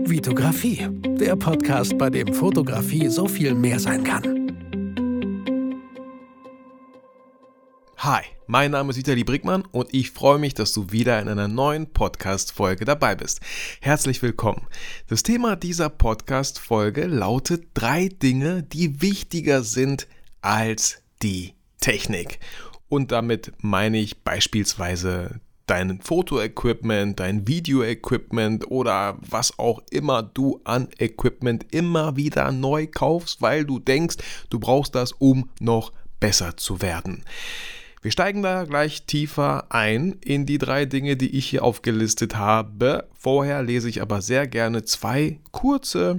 Vitografie, der Podcast, bei dem Fotografie so viel mehr sein kann. Hi, mein Name ist Vitali Brickmann und ich freue mich, dass du wieder in einer neuen Podcast-Folge dabei bist. Herzlich willkommen. Das Thema dieser Podcast-Folge lautet 3 Dinge, die wichtiger sind als die Technik. Und damit meine ich beispielsweise dein Foto-Equipment, dein Video-Equipment oder was auch immer du an Equipment immer wieder neu kaufst, weil du denkst, du brauchst das, um noch besser zu werden. Wir steigen da gleich tiefer ein in die 3 Dinge, die ich hier aufgelistet habe. Vorher lese ich aber sehr gerne 2 kurze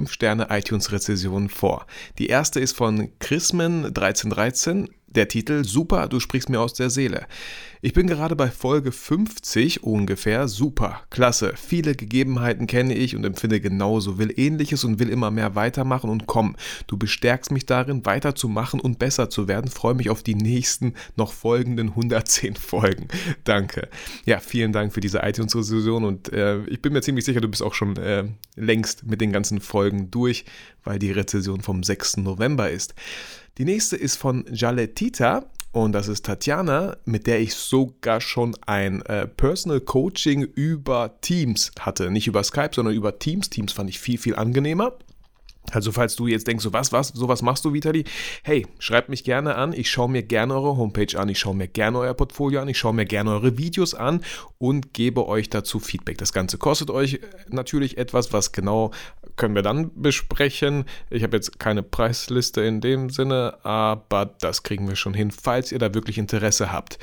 5-Sterne-iTunes-Rezensionen vor. Die erste ist von Chrisman1313. Der Titel: Super, du sprichst mir aus der Seele. Ich bin gerade bei Folge 50 ungefähr. Super, klasse. Viele Gegebenheiten kenne ich und empfinde genauso. Will Ähnliches und will immer mehr weitermachen und komm. Du bestärkst mich darin, weiterzumachen und besser zu werden. Freue mich auf die nächsten, noch folgenden 110 Folgen. Danke. Ja, vielen Dank für diese iTunes-Rezension und ich bin mir ziemlich sicher, du bist auch schon längst mit den ganzen Folgen durch, weil die Rezension vom 6. November ist. Die nächste ist von Jaletita und das ist Tatjana, mit der ich sogar schon ein Personal Coaching über Teams hatte. Nicht über Skype, sondern über Teams. Teams fand ich viel, viel angenehmer. Also falls du jetzt denkst, sowas machst du, Vitali? Hey, schreibt mich gerne an, ich schaue mir gerne eure Homepage an, ich schaue mir gerne euer Portfolio an, ich schaue mir gerne eure Videos an und gebe euch dazu Feedback. Das Ganze kostet euch natürlich etwas, was genau können wir dann besprechen. Ich habe jetzt keine Preisliste in dem Sinne, aber das kriegen wir schon hin, falls ihr da wirklich Interesse habt.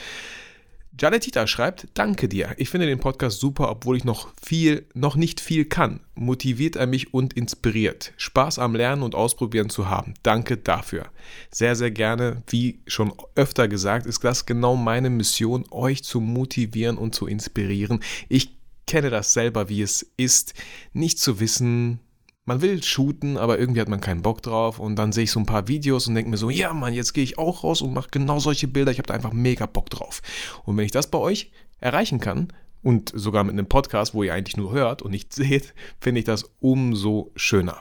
Jaletita schreibt: Danke dir. Ich finde den Podcast super, obwohl ich noch nicht viel kann. Motiviert er mich und inspiriert. Spaß am Lernen und Ausprobieren zu haben. Danke dafür. Sehr, sehr gerne. Wie schon öfter gesagt, ist das genau meine Mission, euch zu motivieren und zu inspirieren. Ich kenne das selber, wie es ist, nicht zu wissen. Man will shooten, aber irgendwie hat man keinen Bock drauf und dann sehe ich so ein paar Videos und denke mir so, ja Mann, jetzt gehe ich auch raus und mache genau solche Bilder, ich habe da einfach mega Bock drauf. Und wenn ich das bei euch erreichen kann und sogar mit einem Podcast, wo ihr eigentlich nur hört und nicht seht, finde ich das umso schöner.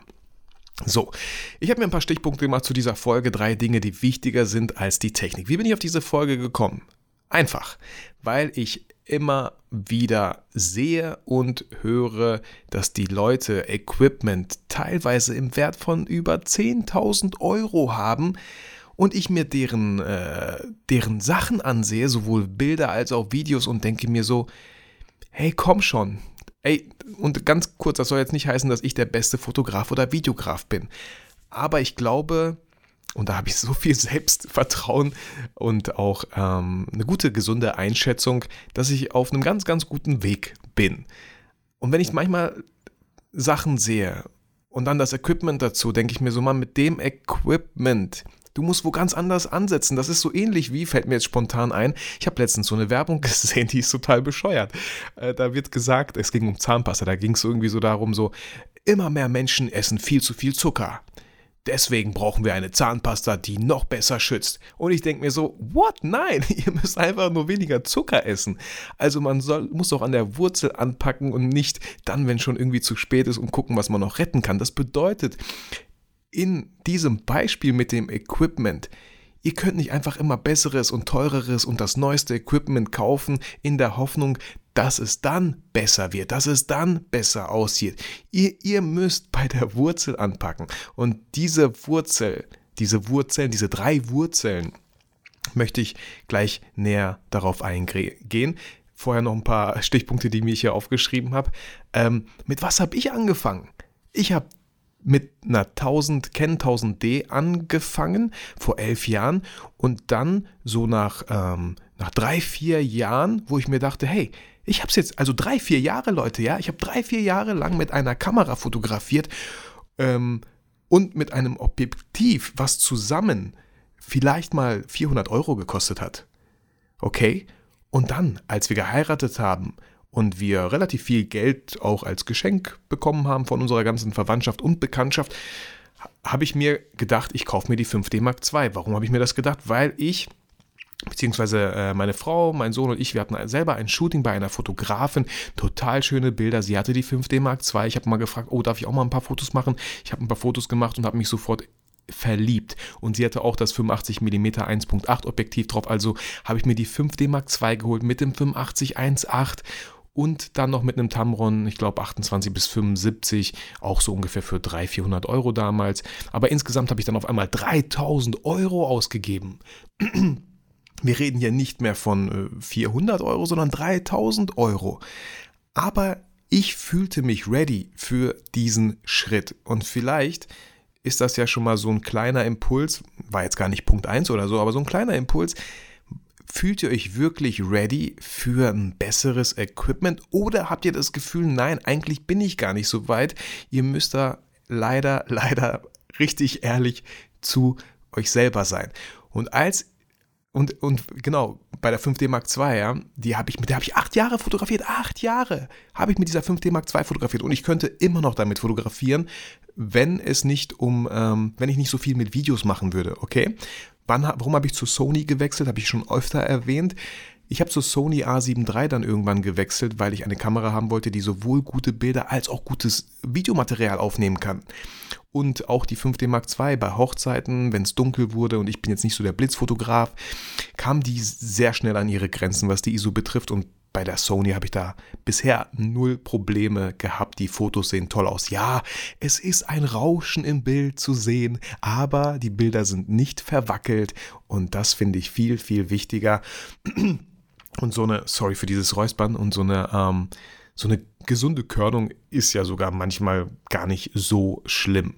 So, ich habe mir ein paar Stichpunkte gemacht zu dieser Folge, 3 Dinge, die wichtiger sind als die Technik. Wie bin ich auf diese Folge gekommen? Einfach, weil ich immer wieder sehe und höre, dass die Leute Equipment teilweise im Wert von über 10.000 Euro haben und ich mir deren Sachen ansehe, sowohl Bilder als auch Videos und denke mir so, hey, komm schon. Ey, und ganz kurz, das soll jetzt nicht heißen, dass ich der beste Fotograf oder Videograf bin, aber ich glaube, und da habe ich so viel Selbstvertrauen und auch eine gute, gesunde Einschätzung, dass ich auf einem ganz, ganz guten Weg bin. Und wenn ich manchmal Sachen sehe und dann das Equipment dazu, denke ich mir so, Mann, mit dem Equipment, du musst wo ganz anders ansetzen. Das ist so ähnlich wie, fällt mir jetzt spontan ein, ich habe letztens so eine Werbung gesehen, die ist total bescheuert. Da wird gesagt, es ging um Zahnpasta, da ging es irgendwie so darum, so, immer mehr Menschen essen viel zu viel Zucker. Deswegen brauchen wir eine Zahnpasta, die noch besser schützt. Und ich denke mir so, what? Nein, ihr müsst einfach nur weniger Zucker essen. Also man muss auch an der Wurzel anpacken und nicht dann, wenn schon irgendwie zu spät ist, und gucken, was man noch retten kann. Das bedeutet, in diesem Beispiel mit dem Equipment, ihr könnt nicht einfach immer besseres und teureres und das neueste Equipment kaufen, in der Hoffnung, dass es dann besser wird, dass es dann besser aussieht. Ihr müsst bei der Wurzel anpacken. Und diese 3 Wurzeln, möchte ich gleich näher darauf eingehen. Vorher noch ein paar Stichpunkte, die ich hier aufgeschrieben habe. Mit was habe ich angefangen? Ich habe mit einer Canon 1000D angefangen, vor 11 Jahren. Und dann so nach 3-4 Jahren, wo ich mir dachte, hey, ich habe es jetzt, also 3-4 Jahre, Leute, ja, ich habe 3-4 Jahre lang mit einer Kamera fotografiert und mit einem Objektiv, was zusammen vielleicht mal 400 Euro gekostet hat. Okay? Und dann, als wir geheiratet haben und wir relativ viel Geld auch als Geschenk bekommen haben von unserer ganzen Verwandtschaft und Bekanntschaft, habe ich mir gedacht, ich kaufe mir die 5D Mark II. Warum habe ich mir das gedacht? Weil ich beziehungsweise meine Frau, mein Sohn und ich, wir hatten selber ein Shooting bei einer Fotografin, total schöne Bilder, sie hatte die 5D Mark II, ich habe mal gefragt, darf ich auch mal ein paar Fotos machen? Ich habe ein paar Fotos gemacht und habe mich sofort verliebt und sie hatte auch das 85mm 1.8 Objektiv drauf, also habe ich mir die 5D Mark II geholt mit dem 85-1.8 und dann noch mit einem Tamron, ich glaube 28 bis 75, auch so ungefähr für 300-400 Euro damals, aber insgesamt habe ich dann auf einmal 3.000 Euro ausgegeben. Wir reden hier nicht mehr von 400 Euro, sondern 3.000 Euro. Aber ich fühlte mich ready für diesen Schritt. Und vielleicht ist das ja schon mal so ein kleiner Impuls, war jetzt gar nicht Punkt 1 oder so, aber so ein kleiner Impuls. Fühlt ihr euch wirklich ready für ein besseres Equipment? Oder habt ihr das Gefühl, nein, eigentlich bin ich gar nicht so weit. Ihr müsst da leider richtig ehrlich zu euch selber sein. Und genau, bei der 5D Mark II, ja, mit der habe ich 8 Jahre fotografiert. 8 Jahre habe ich mit dieser 5D Mark II fotografiert. Und ich könnte immer noch damit fotografieren, wenn ich nicht so viel mit Videos machen würde, okay? Warum habe ich zu Sony gewechselt? Habe ich schon öfter erwähnt. Ich habe zu Sony A7 III dann irgendwann gewechselt, weil ich eine Kamera haben wollte, die sowohl gute Bilder als auch gutes Videomaterial aufnehmen kann. Und auch die 5D Mark II bei Hochzeiten, wenn es dunkel wurde und ich bin jetzt nicht so der Blitzfotograf, kam die sehr schnell an ihre Grenzen, was die ISO betrifft. Und bei der Sony habe ich da bisher 0 Probleme gehabt. Die Fotos sehen toll aus. Ja, es ist ein Rauschen im Bild zu sehen, aber die Bilder sind nicht verwackelt und das finde ich viel, viel wichtiger. Und sorry für dieses Räuspern, und so eine gesunde Körnung ist ja sogar manchmal gar nicht so schlimm.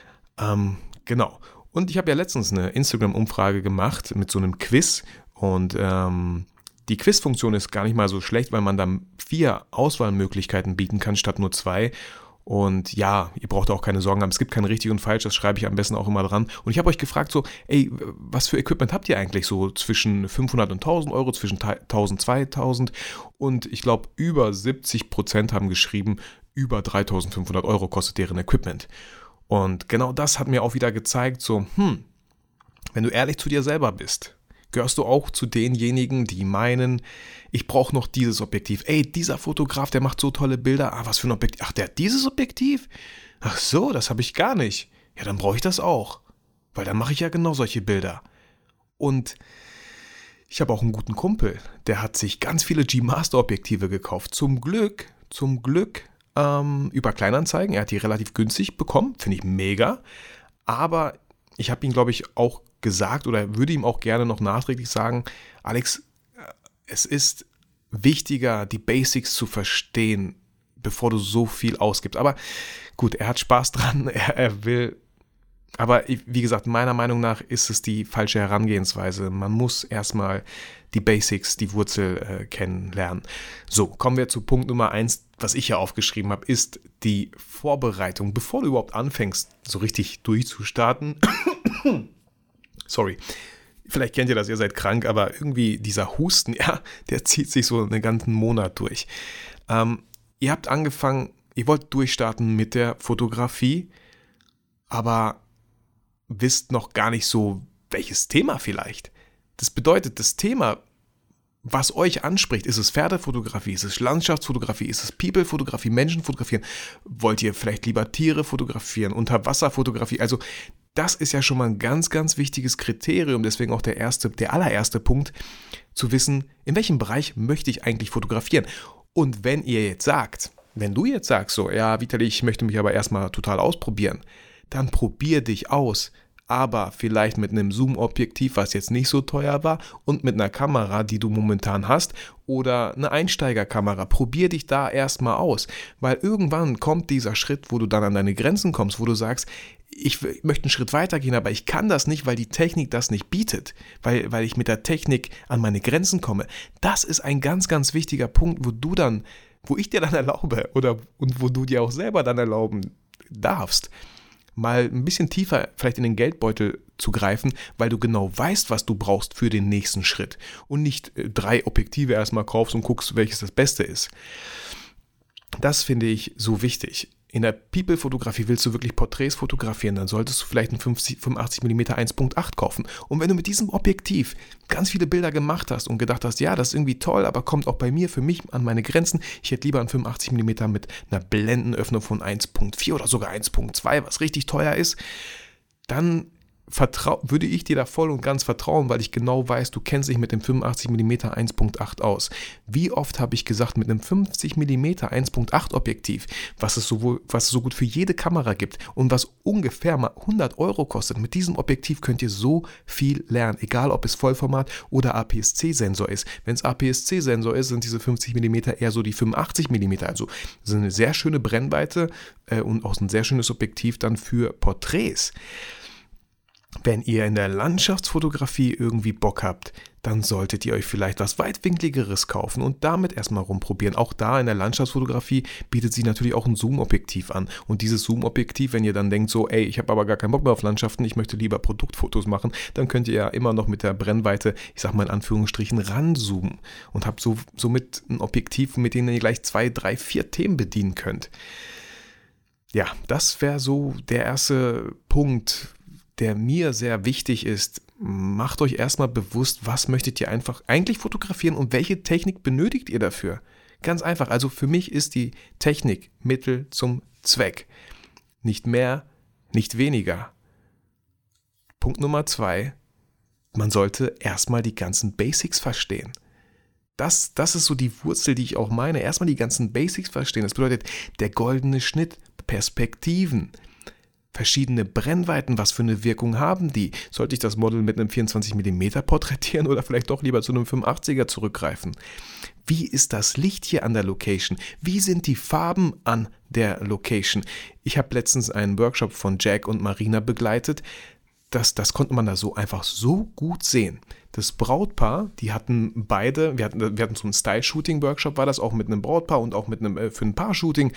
Genau. Und ich habe ja letztens eine Instagram-Umfrage gemacht mit so einem Quiz und die Quizfunktion ist gar nicht mal so schlecht, weil man dann 4 Auswahlmöglichkeiten bieten kann statt nur 2. Und ja, ihr braucht auch keine Sorgen haben, es gibt kein richtig und falsch, das schreibe ich am besten auch immer dran. Und ich habe euch gefragt so, was für Equipment habt ihr eigentlich so zwischen 500 und 1000 Euro, zwischen 1000 und 2000? Und ich glaube, über 70% haben geschrieben, über 3500 Euro kostet deren Equipment. Und genau das hat mir auch wieder gezeigt, so, wenn du ehrlich zu dir selber bist, gehörst du auch zu denjenigen, die meinen, ich brauche noch dieses Objektiv. Dieser Fotograf, der macht so tolle Bilder. Was für ein Objektiv? Ach, der hat dieses Objektiv? Ach so, das habe ich gar nicht. Ja, dann brauche ich das auch. Weil dann mache ich ja genau solche Bilder. Und ich habe auch einen guten Kumpel, der hat sich ganz viele G-Master-Objektive gekauft. Zum Glück, über Kleinanzeigen. Er hat die relativ günstig bekommen, finde ich mega. Aber ich habe ihm, glaube ich, auch gesagt oder würde ihm auch gerne noch nachträglich sagen, Alex, es ist wichtiger, die Basics zu verstehen, bevor du so viel ausgibst. Aber gut, er hat Spaß dran, er will. Aber wie gesagt, meiner Meinung nach ist es die falsche Herangehensweise. Man muss erstmal die Basics, die Wurzel kennenlernen. So, kommen wir zu Punkt Nummer 1, was ich hier aufgeschrieben habe, ist die Vorbereitung. Bevor du überhaupt anfängst, so richtig durchzustarten, sorry, vielleicht kennt ihr das, ihr seid krank, aber irgendwie dieser Husten, ja, der zieht sich so einen ganzen Monat durch. Ihr habt angefangen, ihr wollt durchstarten mit der Fotografie, aber wisst noch gar nicht so, welches Thema vielleicht. Das bedeutet, das Thema, was euch anspricht, ist es Pferdefotografie, ist es Landschaftsfotografie, ist es People-Fotografie, Menschen fotografieren? Wollt ihr vielleicht lieber Tiere fotografieren, Unterwasserfotografie? Also das ist ja schon mal ein ganz, ganz wichtiges Kriterium, deswegen auch der allererste Punkt, zu wissen, in welchem Bereich möchte ich eigentlich fotografieren? Und wenn du jetzt sagst, so, ja, Vitali, ich möchte mich aber erstmal total ausprobieren, dann probier dich aus, aber vielleicht mit einem Zoom-Objektiv, was jetzt nicht so teuer war, und mit einer Kamera, die du momentan hast, oder eine Einsteigerkamera. Probier dich da erstmal aus, weil irgendwann kommt dieser Schritt, wo du dann an deine Grenzen kommst, wo du sagst, ich möchte einen Schritt weitergehen, aber ich kann das nicht, weil die Technik das nicht bietet, weil ich mit der Technik an meine Grenzen komme. Das ist ein ganz, ganz wichtiger Punkt, wo ich dir dann erlaube, und wo du dir auch selber dann erlauben darfst, mal ein bisschen tiefer vielleicht in den Geldbeutel zu greifen, weil du genau weißt, was du brauchst für den nächsten Schritt und nicht 3 Objektive erstmal kaufst und guckst, welches das Beste ist. Das finde ich so wichtig. In der People-Fotografie willst du wirklich Porträts fotografieren, dann solltest du vielleicht einen 85mm 1.8 kaufen. Und wenn du mit diesem Objektiv ganz viele Bilder gemacht hast und gedacht hast, ja, das ist irgendwie toll, aber kommt auch bei mir, für mich an meine Grenzen, ich hätte lieber einen 85mm mit einer Blendenöffnung von 1.4 oder sogar 1.2, was richtig teuer ist, dann würde ich dir da voll und ganz vertrauen, weil ich genau weiß, du kennst dich mit dem 85mm 1.8 aus. Wie oft habe ich gesagt, mit einem 50mm 1.8 Objektiv, was es so gut für jede Kamera gibt und was ungefähr mal 100 Euro kostet, mit diesem Objektiv könnt ihr so viel lernen, egal ob es Vollformat oder APS-C-Sensor ist. Wenn es APS-C-Sensor ist, sind diese 50mm eher so die 85mm, also das ist eine sehr schöne Brennweite und auch ein sehr schönes Objektiv dann für Porträts. Wenn ihr in der Landschaftsfotografie irgendwie Bock habt, dann solltet ihr euch vielleicht was weitwinkligeres kaufen und damit erstmal rumprobieren. Auch da in der Landschaftsfotografie bietet sich natürlich auch ein Zoom-Objektiv an. Und dieses Zoom-Objektiv, wenn ihr dann denkt so, ey, ich habe aber gar keinen Bock mehr auf Landschaften, ich möchte lieber Produktfotos machen, dann könnt ihr ja immer noch mit der Brennweite, ich sag mal in Anführungsstrichen, ranzoomen und habt somit ein Objektiv, mit dem ihr gleich 2, 3, 4 Themen bedienen könnt. Ja, das wäre so der erste Punkt, der mir sehr wichtig ist. Macht euch erstmal bewusst, was möchtet ihr eigentlich fotografieren und welche Technik benötigt ihr dafür. Ganz einfach, also für mich ist die Technik Mittel zum Zweck. Nicht mehr, nicht weniger. Punkt Nummer 2, man sollte erstmal die ganzen Basics verstehen. Das ist so die Wurzel, die ich auch meine. Erstmal die ganzen Basics verstehen. Das bedeutet, der goldene Schnitt, Perspektiven, verschiedene Brennweiten, was für eine Wirkung haben die? Sollte ich das Model mit einem 24mm porträtieren oder vielleicht doch lieber zu einem 85er zurückgreifen? Wie ist das Licht hier an der Location? Wie sind die Farben an der Location? Ich habe letztens einen Workshop von Jack und Marina begleitet. Das konnte man da so einfach so gut sehen. Das Brautpaar, die hatten beide, wir hatten so einen Style-Shooting-Workshop, war das auch mit einem Brautpaar und auch mit einem für ein Paar-Shooting.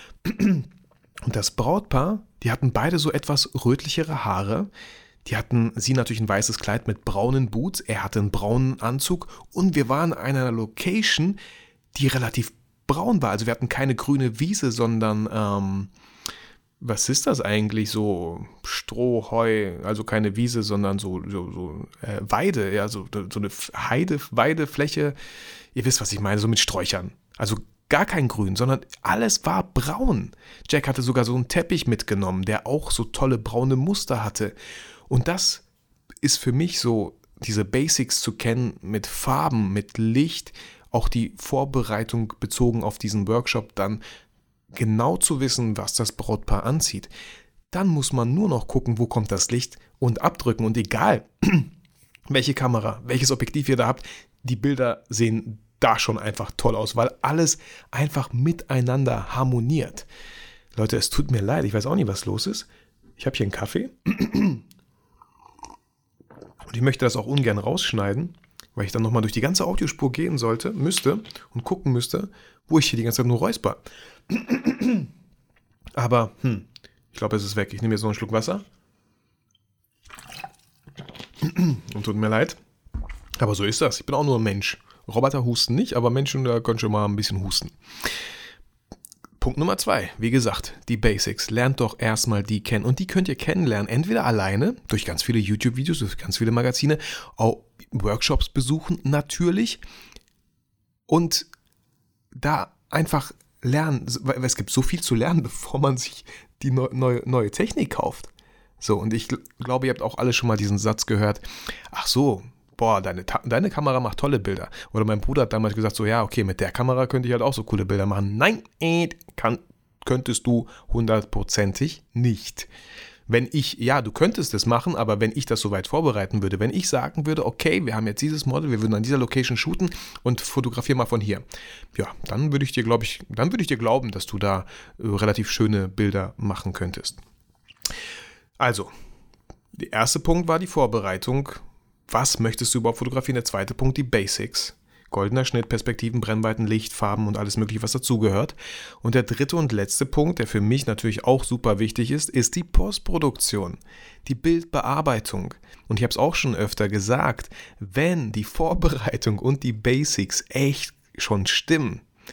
Und das Brautpaar, die hatten beide so etwas rötlichere Haare. Sie natürlich ein weißes Kleid mit braunen Boots, er hatte einen braunen Anzug und wir waren in einer Location, die relativ braun war. Also wir hatten keine grüne Wiese, sondern, was ist das eigentlich? So Stroh, Heu, also keine Wiese, sondern so Weide, ja, so eine Weidefläche. Ihr wisst, was ich meine, so mit Sträuchern. Also gar kein Grün, sondern alles war braun. Jack hatte sogar so einen Teppich mitgenommen, der auch so tolle braune Muster hatte. Und das ist für mich so, diese Basics zu kennen mit Farben, mit Licht, auch die Vorbereitung bezogen auf diesen Workshop, dann genau zu wissen, was das Brautpaar anzieht. Dann muss man nur noch gucken, wo kommt das Licht und abdrücken. Und egal, welche Kamera, welches Objektiv ihr da habt, die Bilder sehen da schon einfach toll aus, weil alles einfach miteinander harmoniert. Leute, es tut mir leid, ich weiß auch nicht, was los ist. Ich habe hier einen Kaffee und ich möchte das auch ungern rausschneiden, weil ich dann nochmal durch die ganze Audiospur gehen müsste und gucken müsste, wo ich hier die ganze Zeit nur räusper. Aber, ich glaube, es ist weg. Ich nehme jetzt noch einen Schluck Wasser. Und tut mir leid. Aber so ist das. Ich bin auch nur ein Mensch. Roboter husten nicht, aber Menschen, da können schon mal ein bisschen husten. Punkt Nummer 2, wie gesagt, die Basics. Lernt doch erstmal die kennen. Und die könnt ihr kennenlernen, entweder alleine, durch ganz viele YouTube-Videos, durch ganz viele Magazine, auch Workshops besuchen natürlich. Und da einfach lernen, weil es gibt so viel zu lernen, bevor man sich die neue Technik kauft. So, und ich glaube, ihr habt auch alle schon mal diesen Satz gehört, ach so, boah, deine Kamera macht tolle Bilder. Oder mein Bruder hat damals gesagt, so ja, okay, mit der Kamera könnte ich halt auch so coole Bilder machen. Nein, könntest du 100%ig nicht. Du könntest es machen, aber wenn ich das soweit vorbereiten würde, wenn ich sagen würde, okay, wir haben jetzt dieses Model, wir würden an dieser Location shooten und fotografieren mal von hier. Ja, dann würde ich dir glauben, dass du da relativ schöne Bilder machen könntest. Also, der erste Punkt war die Vorbereitung. Was möchtest du überhaupt fotografieren? Der zweite Punkt, die Basics. Goldener Schnitt, Perspektiven, Brennweiten, Licht, Farben und alles mögliche, was dazugehört. Und der dritte und letzte Punkt, der für mich natürlich auch super wichtig ist die Postproduktion, die Bildbearbeitung. Und ich habe es auch schon öfter gesagt, wenn die Vorbereitung und die Basics echt schon stimmen,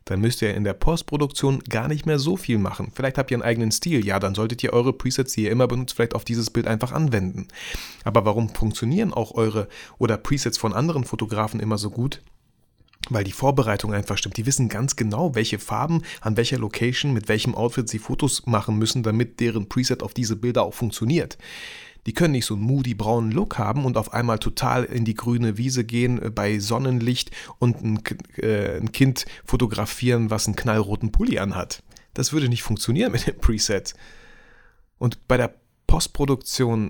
dann müsst ihr in der Postproduktion gar nicht mehr so viel machen. Vielleicht habt ihr einen eigenen Stil, ja, dann solltet ihr eure Presets, die ihr immer benutzt, vielleicht auf dieses Bild einfach anwenden. Aber warum funktionieren auch eure oder Presets von anderen Fotografen immer so gut? Weil die Vorbereitung einfach stimmt. Die wissen ganz genau, welche Farben, an welcher Location, mit welchem Outfit sie Fotos machen müssen, damit deren Preset auf diese Bilder auch funktioniert. Die können nicht so einen moody braunen Look haben und auf einmal total in die grüne Wiese gehen bei Sonnenlicht und ein Kind fotografieren, was einen knallroten Pulli anhat. Das würde nicht funktionieren mit dem Preset. Und bei der Postproduktion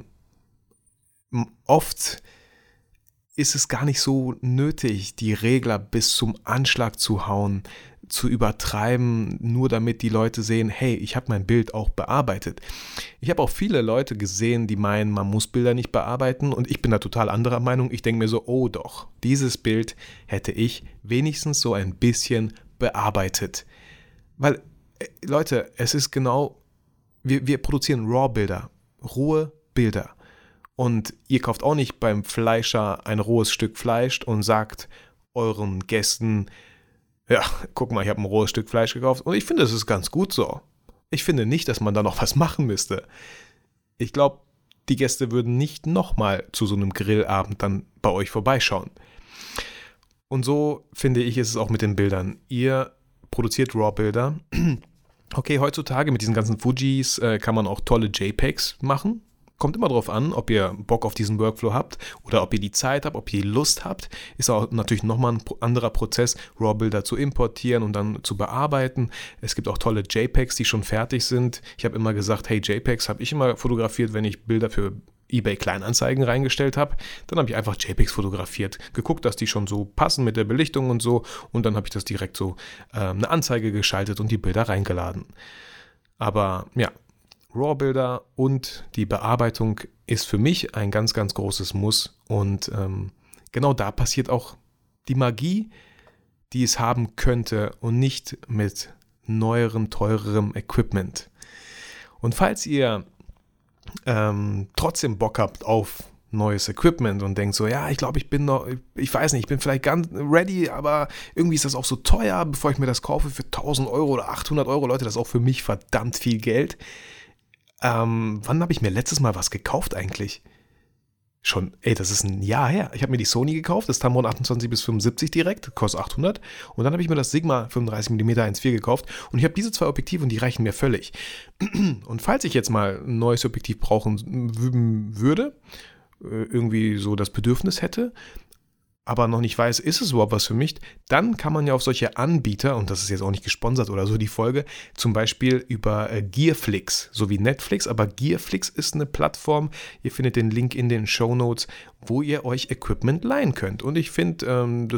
oft ist es gar nicht so nötig, die Regler bis zum Anschlag zu hauen, zu übertreiben, nur damit die Leute sehen, hey, ich habe mein Bild auch bearbeitet. Ich habe auch viele Leute gesehen, die meinen, man muss Bilder nicht bearbeiten und ich bin da total anderer Meinung. Ich denke mir so, oh doch, dieses Bild hätte ich wenigstens so ein bisschen bearbeitet. Weil, Leute, es ist genau, wir produzieren RAW-Bilder, rohe Bilder. Und ihr kauft auch nicht beim Fleischer ein rohes Stück Fleisch und sagt euren Gästen, ja, guck mal, ich habe ein rohes Stück Fleisch gekauft und ich finde, das ist ganz gut so. Ich finde nicht, dass man da noch was machen müsste. Ich glaube, die Gäste würden nicht nochmal zu so einem Grillabend dann bei euch vorbeischauen. Und so, finde ich, ist es auch mit den Bildern. Ihr produziert RAW-Bilder. Okay, heutzutage mit diesen ganzen Fujis kann man auch tolle JPEGs machen. Kommt immer drauf an, ob ihr Bock auf diesen Workflow habt oder ob ihr die Zeit habt, ob ihr die Lust habt. Ist auch natürlich nochmal ein anderer Prozess, RAW-Bilder zu importieren und dann zu bearbeiten. Es gibt auch tolle JPEGs, die schon fertig sind. Ich habe immer gesagt, hey, JPEGs habe ich immer fotografiert, wenn ich Bilder für eBay Kleinanzeigen reingestellt habe. Dann habe ich einfach JPEGs fotografiert, geguckt, dass die schon so passen mit der Belichtung und so. Und dann habe ich das direkt so eine Anzeige geschaltet und die Bilder reingeladen. Aber ja, RAW-Bilder und die Bearbeitung ist für mich ein ganz, ganz großes Muss. Und genau da passiert auch die Magie, die es haben könnte und nicht mit neuerem, teurerem Equipment. Und falls ihr trotzdem Bock habt auf neues Equipment und denkt so, ja, ich glaube, ich weiß nicht, ich bin vielleicht ganz ready, aber irgendwie ist das auch so teuer, bevor ich mir das kaufe für 1.000 Euro oder 800 Euro. Leute, das ist auch für mich verdammt viel Geld. Wann habe ich mir letztes Mal was gekauft eigentlich? Schon, das ist ein Jahr her. Ich habe mir die Sony gekauft, das Tamron 28-75 direkt, kostet 800. Und dann habe ich mir das Sigma 35mm 1.4 gekauft. Und ich habe diese zwei Objektive und die reichen mir völlig. Und falls ich jetzt mal ein neues Objektiv brauchen würde, irgendwie so das Bedürfnis hätte, aber noch nicht weiß, ist es überhaupt was für mich, dann kann man ja auf solche Anbieter, und das ist jetzt auch nicht gesponsert oder so die Folge, zum Beispiel über Gearflix, so wie Netflix, aber Gearflix ist eine Plattform, ihr findet den Link in den Shownotes, wo ihr euch Equipment leihen könnt. Und ich finde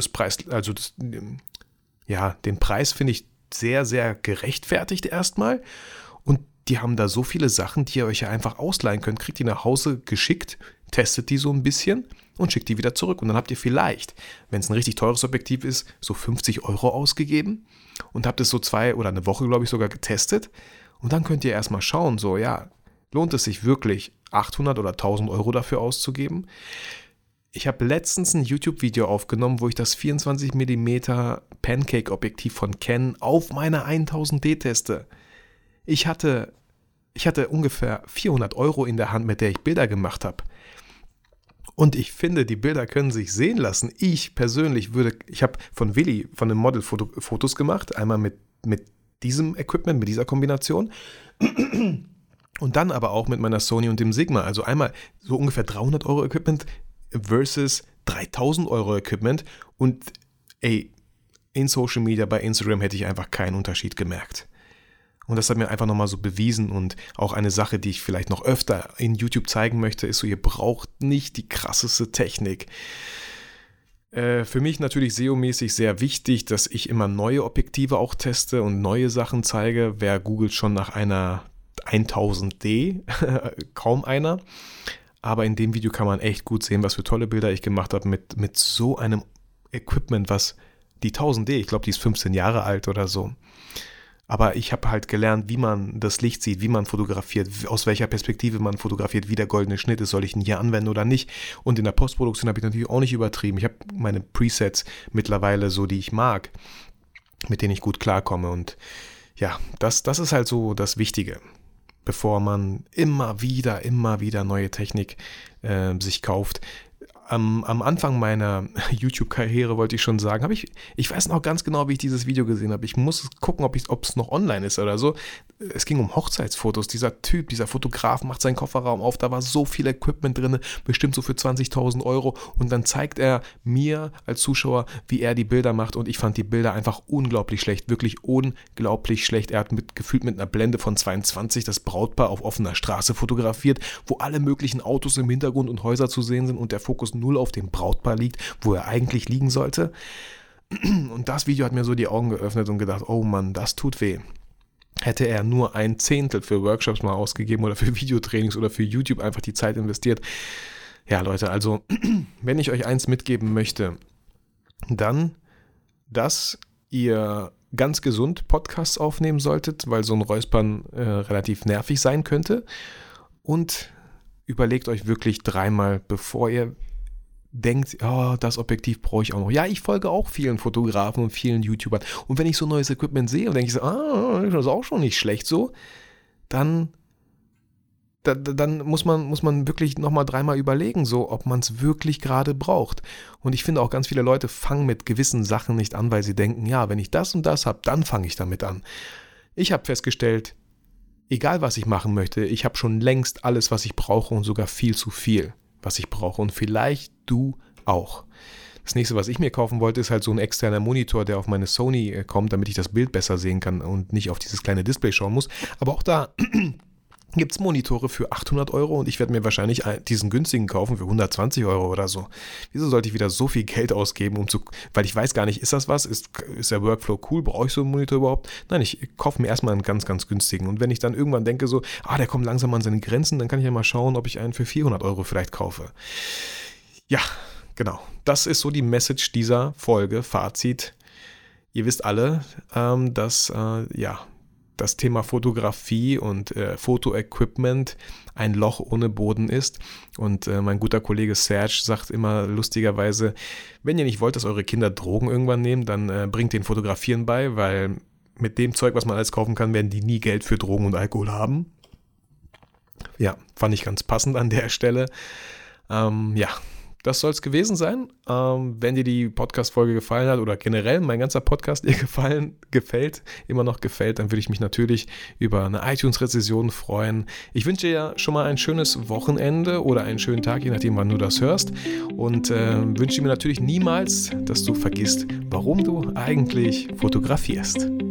den Preis finde ich sehr, sehr gerechtfertigt erstmal. Und die haben da so viele Sachen, die ihr euch ja einfach ausleihen könnt, kriegt die nach Hause geschickt, testet die so ein bisschen und schickt die wieder zurück. Und dann habt ihr vielleicht, wenn es ein richtig teures Objektiv ist, so 50 Euro ausgegeben und habt es so 2 oder eine Woche, glaube ich, sogar getestet. Und dann könnt ihr erstmal schauen, so, ja, lohnt es sich wirklich 800 oder 1.000 Euro dafür auszugeben? Ich habe letztens ein YouTube-Video aufgenommen, wo ich das 24mm Pancake-Objektiv von Canon auf meiner 1000D teste. Ich hatte ungefähr 400 Euro in der Hand, mit der ich Bilder gemacht habe. Und ich finde, die Bilder können sich sehen lassen. Ich persönlich ich habe von Willi, von einem Model Fotos gemacht, einmal mit diesem Equipment, mit dieser Kombination und dann aber auch mit meiner Sony und dem Sigma. Also einmal so ungefähr 300 Euro Equipment versus 3.000 Euro Equipment und in Social Media, bei Instagram hätte ich einfach keinen Unterschied gemerkt. Und das hat mir einfach nochmal so bewiesen und auch eine Sache, die ich vielleicht noch öfter in YouTube zeigen möchte, ist so, ihr braucht nicht die krasseste Technik. Für mich natürlich SEO-mäßig sehr wichtig, dass ich immer neue Objektive auch teste und neue Sachen zeige. Wer googelt schon nach einer 1000D? Kaum einer. Aber in dem Video kann man echt gut sehen, was für tolle Bilder ich gemacht habe mit so einem Equipment, was die 1000D, ich glaube, die ist 15 Jahre alt oder so. Aber ich habe halt gelernt, wie man das Licht sieht, wie man fotografiert, aus welcher Perspektive man fotografiert, wie der goldene Schnitt ist, soll ich ihn hier anwenden oder nicht. Und in der Postproduktion habe ich natürlich auch nicht übertrieben. Ich habe meine Presets mittlerweile so, die ich mag. mit denen ich gut klarkomme. Und ja, das ist halt so das Wichtige, bevor man immer wieder neue Technik sich kauft. Am Anfang meiner YouTube-Karriere wollte ich schon sagen, ich weiß noch ganz genau, wie ich dieses Video gesehen habe. Ich muss gucken, ob es noch online ist oder so. Es ging um Hochzeitsfotos. Dieser Fotograf macht seinen Kofferraum auf, da war so viel Equipment drin, bestimmt so für 20.000 Euro. Und dann zeigt er mir als Zuschauer, wie er die Bilder macht. Und ich fand die Bilder einfach unglaublich schlecht, wirklich unglaublich schlecht. Er hat gefühlt mit einer Blende von 22 das Brautpaar auf offener Straße fotografiert, wo alle möglichen Autos im Hintergrund und Häuser zu sehen sind und der Fokus null auf dem Brautpaar liegt, wo er eigentlich liegen sollte. Und das Video hat mir so die Augen geöffnet und gedacht, oh Mann, das tut weh. Hätte er nur 1/10 für Workshops mal ausgegeben oder für Videotrainings oder für YouTube einfach die Zeit investiert. Ja, Leute, also wenn ich euch eins mitgeben möchte, dann, dass ihr ganz gesund Podcasts aufnehmen solltet, weil so ein Räuspern relativ nervig sein könnte. Und überlegt euch wirklich dreimal, bevor ihr denkt, oh, das Objektiv brauche ich auch noch. Ja, ich folge auch vielen Fotografen und vielen YouTubern. Und wenn ich so neues Equipment sehe und denke ich so, das ist auch schon nicht schlecht so, dann muss man wirklich nochmal dreimal überlegen, so, ob man es wirklich gerade braucht. Und ich finde auch, ganz viele Leute fangen mit gewissen Sachen nicht an, weil sie denken, ja, wenn ich das und das habe, dann fange ich damit an. Ich habe festgestellt, egal was ich machen möchte, ich habe schon längst alles, was ich brauche und sogar viel zu viel, was ich brauche. Und vielleicht du auch. Das nächste, was ich mir kaufen wollte, ist halt so ein externer Monitor, der auf meine Sony kommt, damit ich das Bild besser sehen kann und nicht auf dieses kleine Display schauen muss. Aber auch da gibt es Monitore für 800 Euro und ich werde mir wahrscheinlich diesen günstigen kaufen für 120 Euro oder so. Wieso sollte ich wieder so viel Geld ausgeben, weil ich weiß gar nicht, ist das was? Ist der Workflow cool? Brauche ich so einen Monitor überhaupt? Nein, ich kaufe mir erstmal einen ganz, ganz günstigen. Und wenn ich dann irgendwann denke so, der kommt langsam an seine Grenzen, dann kann ich ja mal schauen, ob ich einen für 400 Euro vielleicht kaufe. Ja, genau. Das ist so die Message dieser Folge. Fazit. Ihr wisst alle, dass, das Thema Fotografie und Fotoequipment ein Loch ohne Boden ist. Und mein guter Kollege Serge sagt immer lustigerweise, wenn ihr nicht wollt, dass eure Kinder Drogen irgendwann nehmen, dann bringt denen Fotografieren bei, weil mit dem Zeug, was man alles kaufen kann, werden die nie Geld für Drogen und Alkohol haben. Ja, fand ich ganz passend an der Stelle. Das soll es gewesen sein. Wenn dir die Podcast-Folge gefallen hat oder generell mein ganzer Podcast dir immer noch gefällt, dann würde ich mich natürlich über eine iTunes-Rezension freuen. Ich wünsche dir ja schon mal ein schönes Wochenende oder einen schönen Tag, je nachdem, wann du das hörst. Und wünsche mir natürlich niemals, dass du vergisst, warum du eigentlich fotografierst.